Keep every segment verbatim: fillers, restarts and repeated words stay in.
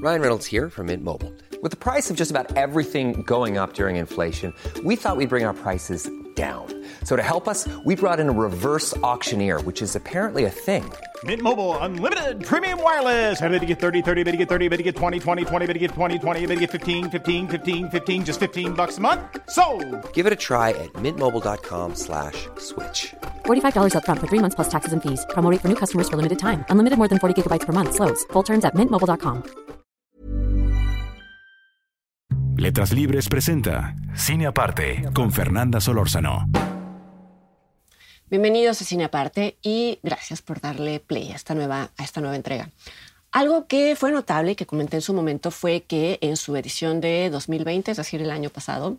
Ryan Reynolds here from Mint Mobile. With the price of just about everything going up during inflation, we thought we'd bring our prices down. So to help us, we brought in a reverse auctioneer, which is apparently a thing. Mint Mobile Unlimited Premium Wireless. How to get thirty, thirty, how to get thirty, how to get twenty, twenty, twenty, how to get twenty, twenty, how to get fifteen, fifteen, fifteen, fifteen, just fifteen bucks a month? Sold! Give it a try at mintmobile.com slash switch. forty-five dollars up front for three months plus taxes and fees. Promo rate for new customers for limited time. Unlimited more than forty gigabytes per month. Slows full terms at mint mobile dot com. Letras Libres presenta Cine Aparte con Fernanda Solórzano. Bienvenidos a Cine Aparte y gracias por darle play a esta nueva, a esta nueva entrega. Algo que fue notable y que comenté en su momento fue que en su edición de dos mil veinte, es decir, el año pasado,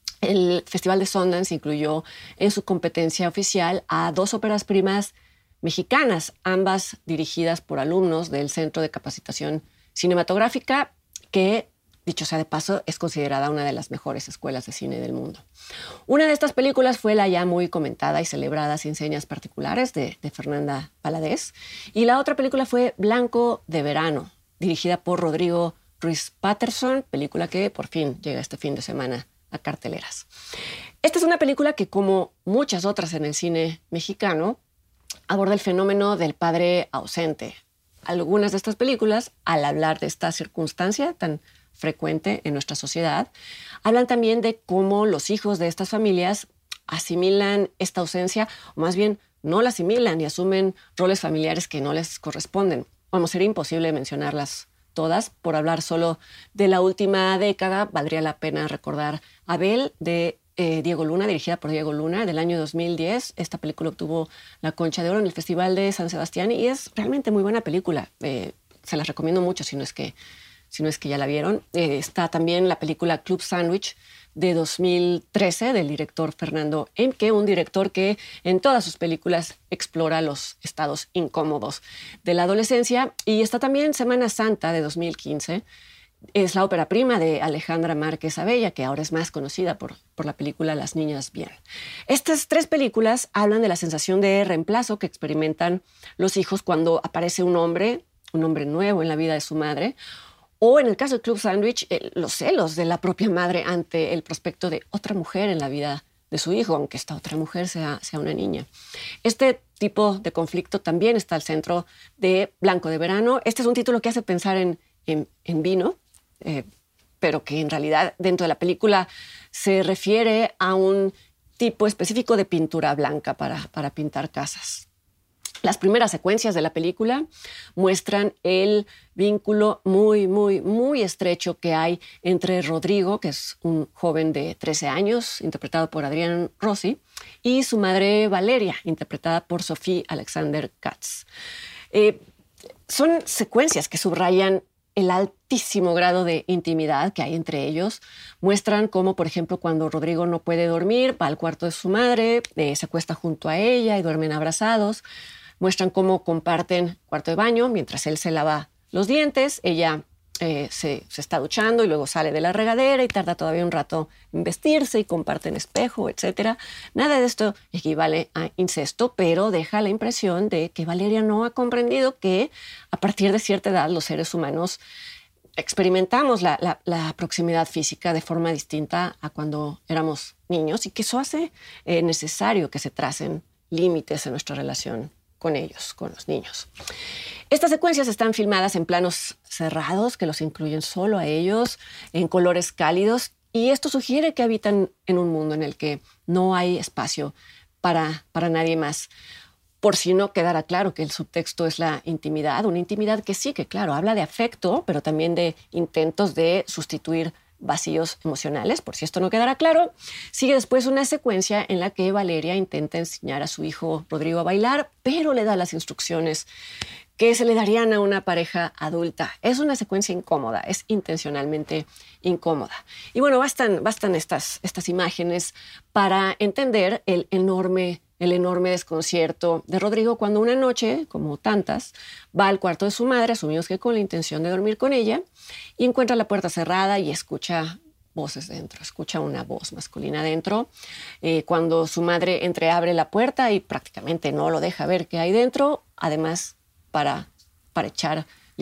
el Festival de Sundance incluyó en su competencia oficial a dos óperas primas mexicanas, ambas dirigidas por alumnos del Centro de Capacitación Cinematográfica, que, dicho sea de paso, es considerada una de las mejores escuelas de cine del mundo. Una de estas películas fue la ya muy comentada y celebrada Sin Señas Particulares de, de Fernanda Valadez, y la otra película fue Blanco de Verano, dirigida por Rodrigo Ruiz Patterson, película que por fin llega este fin de semana a carteleras. Esta es una película que, como muchas otras en el cine mexicano, aborda el fenómeno del padre ausente. Algunas de estas películas, al hablar de esta circunstancia tan frecuente en nuestra sociedad, hablan también de cómo los hijos de estas familias asimilan esta ausencia, o más bien no la asimilan y asumen roles familiares que no les corresponden. Vamos, sería imposible mencionarlas todas. Por hablar solo de la última década, valdría la pena recordar Abel, de eh, Diego Luna, dirigida por Diego Luna, del año dos mil diez. Esta película obtuvo la Concha de Oro en el Festival de San Sebastián y es realmente muy buena película. Eh, se las recomiendo mucho si no es que si no es que ya la vieron. Eh, está también la película Club Sandwich de dos mil trece del director Fernando Emke, un director que en todas sus películas explora los estados incómodos de la adolescencia. Y está también Semana Santa de dos mil quince. Es la ópera prima de Alejandra Márquez Abella, que ahora es más conocida por, por la película Las Niñas Bien. Estas tres películas hablan de la sensación de reemplazo que experimentan los hijos cuando aparece un hombre, un hombre nuevo en la vida de su madre, o en el caso del Club Sandwich, eh, los celos de la propia madre ante el prospecto de otra mujer en la vida de su hijo, aunque esta otra mujer sea, sea una niña. Este tipo de conflicto también está al centro de Blanco de Verano. Este es un título que hace pensar en, en, en vino, eh, pero que en realidad dentro de la película se refiere a un tipo específico de pintura blanca para, para pintar casas. Las primeras secuencias de la película muestran el vínculo muy, muy, muy estrecho que hay entre Rodrigo, que es un joven de trece años, interpretado por Adrián Rossi, y su madre Valeria, interpretada por Sophie Alexander Katz. Eh, son secuencias que subrayan el altísimo grado de intimidad que hay entre ellos. Muestran cómo, por ejemplo, cuando Rodrigo no puede dormir, va al cuarto de su madre, eh, se acuesta junto a ella y duermen abrazados. Muestran cómo comparten cuarto de baño mientras él se lava los dientes. Ella eh, se, se está duchando y luego sale de la regadera y tarda todavía un rato en vestirse y comparten espejo, etcétera. Nada de esto equivale a incesto, pero deja la impresión de que Valeria no ha comprendido que a partir de cierta edad los seres humanos experimentamos la, la, la proximidad física de forma distinta a cuando éramos niños y que eso hace eh, necesario que se tracen límites en nuestra relación con ellos, con los niños. Estas secuencias están filmadas en planos cerrados que los incluyen solo a ellos, en colores cálidos, y esto sugiere que habitan en un mundo en el que no hay espacio para, para nadie más. Por si no quedara claro que el subtexto es la intimidad, una intimidad que sí, que claro, habla de afecto, pero también de intentos de sustituir vacíos emocionales. Por si esto no quedara claro, sigue después una secuencia en la que Valeria intenta enseñar a su hijo Rodrigo a bailar, pero le da las instrucciones que se le darían a una pareja adulta. Es una secuencia incómoda, es intencionalmente incómoda. Y bueno, bastan, bastan estas, estas imágenes para entender el enorme el enorme desconcierto de Rodrigo cuando una noche, como tantas, va al cuarto de su madre, asumimos que con la intención de dormir con ella, y encuentra la puerta cerrada y escucha voces dentro, escucha una voz masculina dentro. Eh, cuando su madre entreabre la puerta y prácticamente no lo deja ver qué hay dentro, además para, para echar limón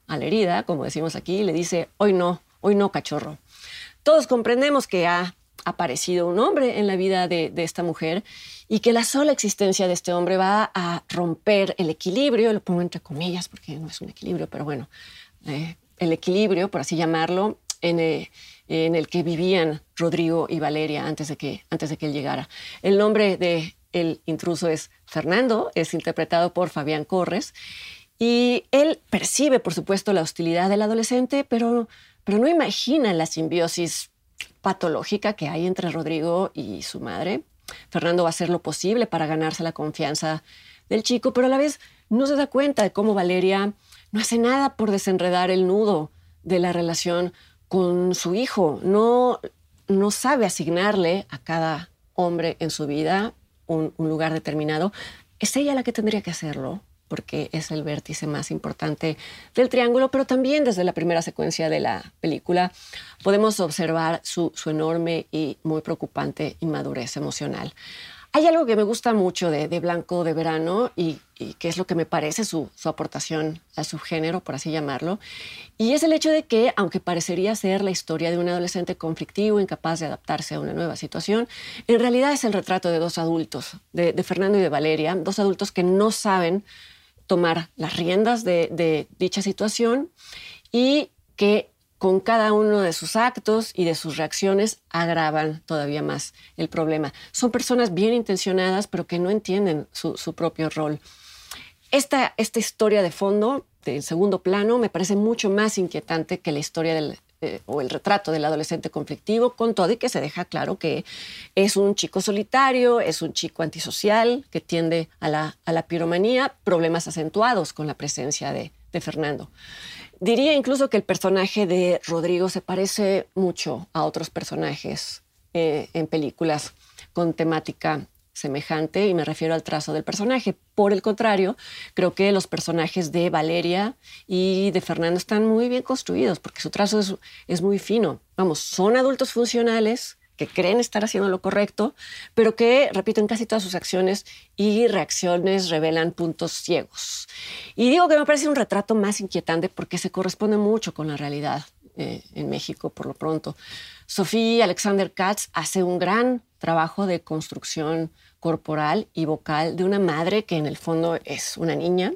a la herida, como decimos aquí, y le dice, hoy no, hoy no, cachorro. Todos comprendemos que ha aparecido un hombre en la vida de, de esta mujer y que la sola existencia de este hombre va a romper el equilibrio, lo pongo entre comillas porque no es un equilibrio, pero bueno, eh, el equilibrio, por así llamarlo, en, eh, en el que vivían Rodrigo y Valeria antes de que, antes de que él llegara. El nombre del intruso es Fernando, es interpretado por Fabián Corres, y él percibe, por supuesto, la hostilidad del adolescente, pero, pero no imagina la simbiosis patológica que hay entre Rodrigo y su madre. Fernando va a hacer lo posible para ganarse la confianza del chico, pero a la vez no se da cuenta de cómo Valeria no hace nada por desenredar el nudo de la relación con su hijo. No, no sabe asignarle a cada hombre en su vida un, un lugar determinado. Es ella la que tendría que hacerlo, porque es el vértice más importante del triángulo, pero también desde la primera secuencia de la película podemos observar su, su enorme y muy preocupante inmadurez emocional. Hay algo que me gusta mucho de, de Blanco de Verano y, y que es lo que me parece su, su aportación a su género, por así llamarlo, y es el hecho de que, aunque parecería ser la historia de un adolescente conflictivo, incapaz de adaptarse a una nueva situación, en realidad es el retrato de dos adultos, de, de Fernando y de Valeria, dos adultos que no saben tomar las riendas de, de dicha situación y que con cada uno de sus actos y de sus reacciones agravan todavía más el problema. Son personas bien intencionadas, pero que no entienden su, su propio rol. Esta, esta historia de fondo, del segundo plano, me parece mucho más inquietante que la historia del, eh, o el retrato del adolescente conflictivo, con todo y que se deja claro que es un chico solitario, es un chico antisocial que tiende a la, a la piromanía, problemas acentuados con la presencia de, de Fernando. Diría incluso que el personaje de Rodrigo se parece mucho a otros personajes eh, en películas con temática semejante, y me refiero al trazo del personaje. Por el contrario, creo que los personajes de Valeria y de Fernando están muy bien construidos porque su trazo es, es muy fino. Vamos, son adultos funcionales que creen estar haciendo lo correcto, pero que repiten casi todas sus acciones y reacciones revelan puntos ciegos. Y digo que me parece un retrato más inquietante porque se corresponde mucho con la realidad eh, en México, por lo pronto. Sofía Alexander Katz hace un gran trabajo de construcción corporal y vocal de una madre que en el fondo es una niña.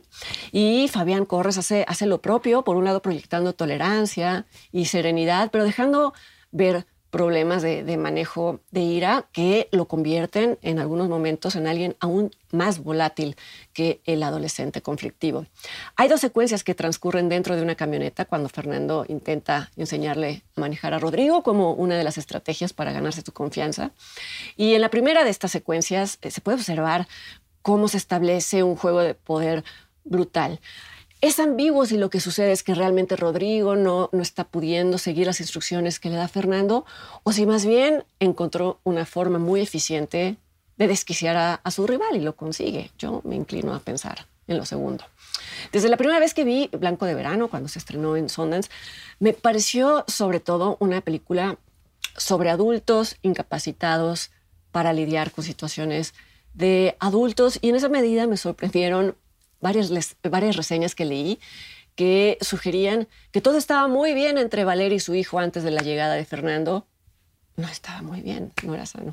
Y Fabián Corres hace, hace lo propio, por un lado proyectando tolerancia y serenidad, pero dejando ver problemas de, de manejo de ira que lo convierten en algunos momentos en alguien aún más volátil que el adolescente conflictivo. Hay dos secuencias que transcurren dentro de una camioneta cuando Fernando intenta enseñarle a manejar a Rodrigo como una de las estrategias para ganarse su confianza. Y en la primera de estas secuencias eh, se puede observar cómo se establece un juego de poder brutal. Es ambiguo si lo que sucede es que realmente Rodrigo no, no está pudiendo seguir las instrucciones que le da Fernando o si más bien encontró una forma muy eficiente de desquiciar a, a su rival y lo consigue. Yo me inclino a pensar en lo segundo. Desde la primera vez que vi Blanco de Verano, cuando se estrenó en Sundance, me pareció sobre todo una película sobre adultos incapacitados para lidiar con situaciones de adultos, y en esa medida me sorprendieron Varias, varias reseñas que leí que sugerían que todo estaba muy bien entre Valeria y su hijo antes de la llegada de Fernando. No estaba muy bien, no era sano.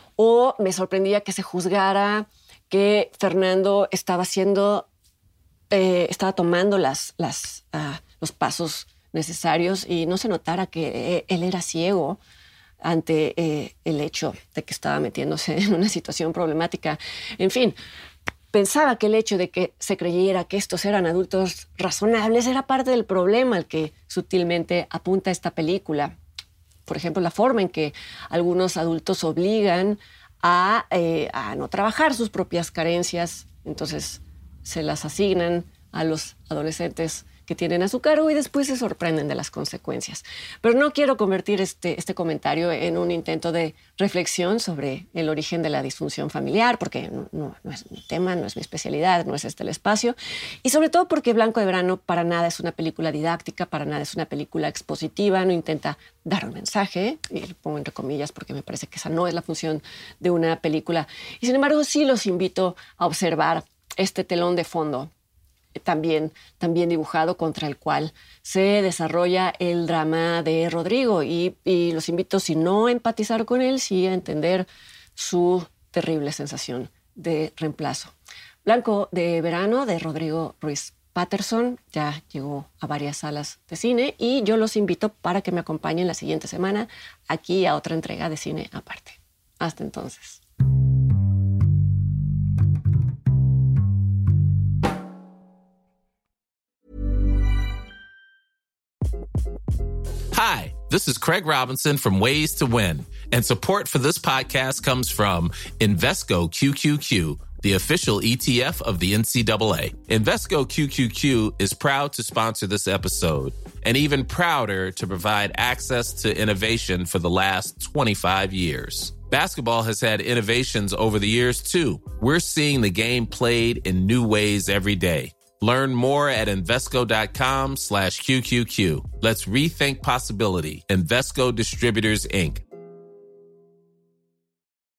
O me sorprendía que se juzgara que Fernando estaba haciendo, eh, estaba tomando las, las, uh, los pasos necesarios y no se notara que eh, él era ciego ante eh, el hecho de que estaba metiéndose en una situación problemática. En fin, pensaba que el hecho de que se creyera que estos eran adultos razonables era parte del problema al que sutilmente apunta esta película. Por ejemplo, la forma en que algunos adultos obligan a, eh, a no trabajar sus propias carencias, entonces se las asignan a los adolescentes que tienen a su cargo y después se sorprenden de las consecuencias. Pero no quiero convertir este, este comentario en un intento de reflexión sobre el origen de la disfunción familiar, porque no, no, no es mi tema, no es mi especialidad, no es este el espacio, y sobre todo porque Blanco de Verano para nada es una película didáctica, para nada es una película expositiva, no intenta dar un mensaje, y lo pongo entre comillas porque me parece que esa no es la función de una película. Y sin embargo sí los invito a observar este telón de fondo también, también dibujado, contra el cual se desarrolla el drama de Rodrigo. Y, y los invito, si no a empatizar con él, sí a entender su terrible sensación de reemplazo. Blanco de Verano, de Rodrigo Ruiz Patterson, ya llegó a varias salas de cine y yo los invito para que me acompañen la siguiente semana aquí a otra entrega de Cine Aparte. Hasta entonces. Hi, this is Craig Robinson from Ways to Win, and support for this podcast comes from Invesco Q Q Q, the official E T F of the N C double A. Invesco Q Q Q is proud to sponsor this episode, and even prouder to provide access to innovation for the last twenty-five years. Basketball has had innovations over the years, too. We're seeing the game played in new ways every day. Learn more at Invesco.com slash QQQ. Let's rethink possibility. Invesco Distributors, Incorporated.